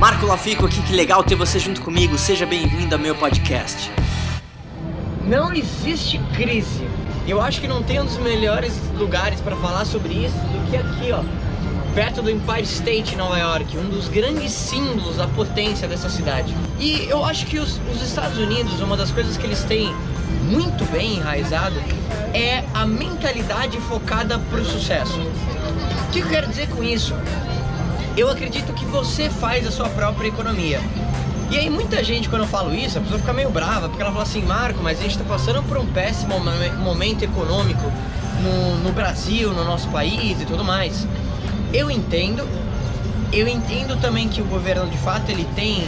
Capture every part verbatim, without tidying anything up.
Marco Lafico aqui, que legal ter você junto comigo, seja bem-vindo ao meu podcast. Não existe crise. Eu acho que não tem um dos melhores lugares para falar sobre isso do que aqui, ó, perto do Empire State, em Nova York, um dos grandes símbolos da potência dessa cidade. E eu acho que os, os Estados Unidos, uma das coisas que eles têm muito bem enraizado é a mentalidade focada para o sucesso. O que eu quero dizer com isso? Eu acredito que você faz a sua própria economia. E aí muita gente, quando eu falo isso, a pessoa fica meio brava, porque ela fala assim: Marco, mas a gente está passando por um péssimo momento econômico no, no Brasil, no nosso país e tudo mais. Eu entendo, eu entendo também que o governo, de fato, ele tem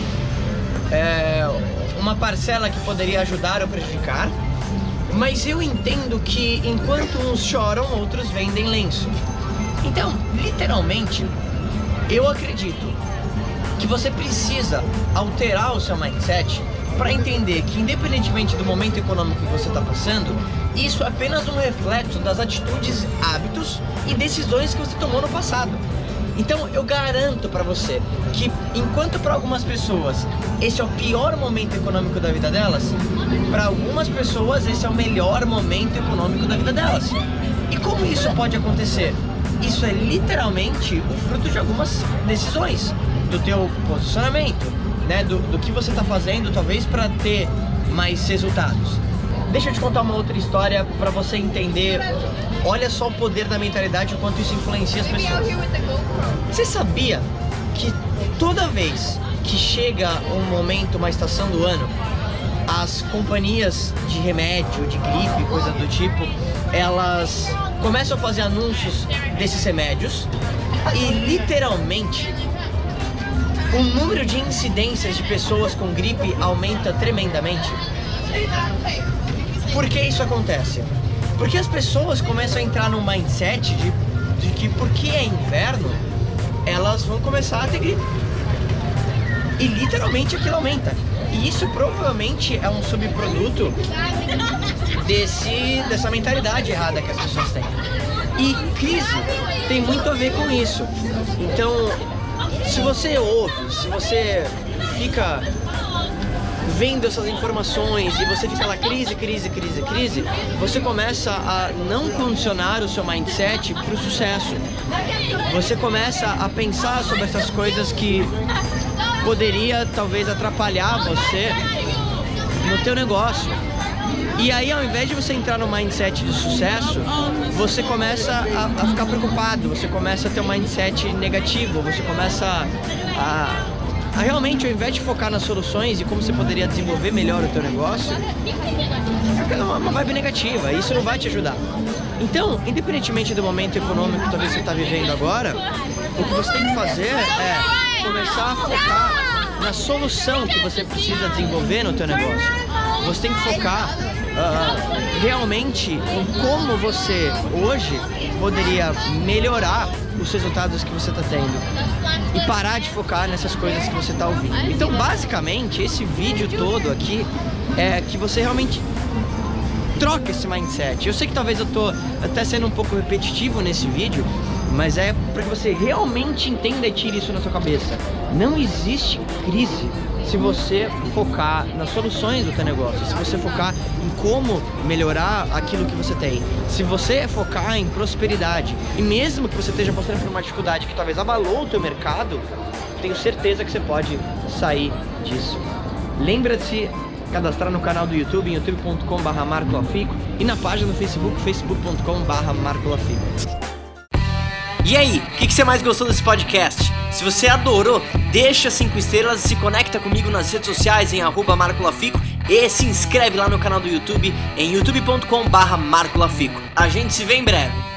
é, uma parcela que poderia ajudar ou prejudicar, mas eu entendo que enquanto uns choram, outros vendem lenço. Então, literalmente, eu acredito que você precisa alterar o seu mindset para entender que, independentemente do momento econômico que você está passando, isso é apenas um reflexo das atitudes, hábitos e decisões que você tomou no passado. Então eu garanto para você que, enquanto para algumas pessoas esse é o pior momento econômico da vida delas, para algumas pessoas esse é o melhor momento econômico da vida delas. E como isso pode acontecer? Isso é literalmente o fruto de algumas decisões, do teu posicionamento, né, do, do que você está fazendo, talvez para ter mais resultados. Deixa eu te contar uma outra história para você entender. Olha só o poder da mentalidade e o quanto isso influencia as pessoas. Você sabia que toda vez que chega um momento, uma estação do ano, as companhias de remédio, de gripe, coisa do tipo, elas começam a fazer anúncios desses remédios e literalmente o número de incidências de pessoas com gripe aumenta tremendamente. Por que isso acontece? Porque as pessoas começam a entrar num mindset de, de que porque é inverno, elas vão começar a ter gripe. E literalmente aquilo aumenta. E isso provavelmente é um subproduto desse, dessa mentalidade errada que as pessoas têm. E crise tem muito a ver com isso. Então, se você ouve, se você fica vendo essas informações e você fica lá crise, crise, crise, crise, você começa a não condicionar o seu mindset para o sucesso. Você começa a pensar sobre essas coisas que poderia talvez atrapalhar você no teu negócio. E aí, ao invés de você entrar no mindset de sucesso, você começa a, a ficar preocupado, você começa a ter um mindset negativo, você começa a, a realmente, ao invés de focar nas soluções e como você poderia desenvolver melhor o teu negócio, é uma, uma vibe negativa, e isso não vai te ajudar. Então, independentemente do momento econômico que talvez você está vivendo agora, o que você tem que fazer é começar a focar na solução que você precisa desenvolver no teu negócio. Você tem que focar uh, realmente em como você hoje poderia melhorar os resultados que você está tendo e parar de focar nessas coisas que você está ouvindo. Então, basicamente, esse vídeo todo aqui é que você realmente troca esse mindset. Eu sei que talvez eu tô até sendo um pouco repetitivo nesse vídeo, mas é para que você realmente entenda e tire isso na sua cabeça. Não existe crise se você focar nas soluções do teu negócio, se você focar em como melhorar aquilo que você tem, se você focar em prosperidade. E mesmo que você esteja passando por uma dificuldade que talvez abalou o teu mercado, tenho certeza que você pode sair disso. Lembra-se cadastrar no canal do YouTube, em youtube ponto com barra marco lafico, e na página do Facebook, facebook ponto com barra marco lafico. E aí, o que, que você mais gostou desse podcast? Se você adorou, deixa cinco estrelas e se conecta comigo nas redes sociais em arroba marco lafico e se inscreve lá no canal do YouTube em youtube ponto com barra marco lafico. A gente se vê em breve.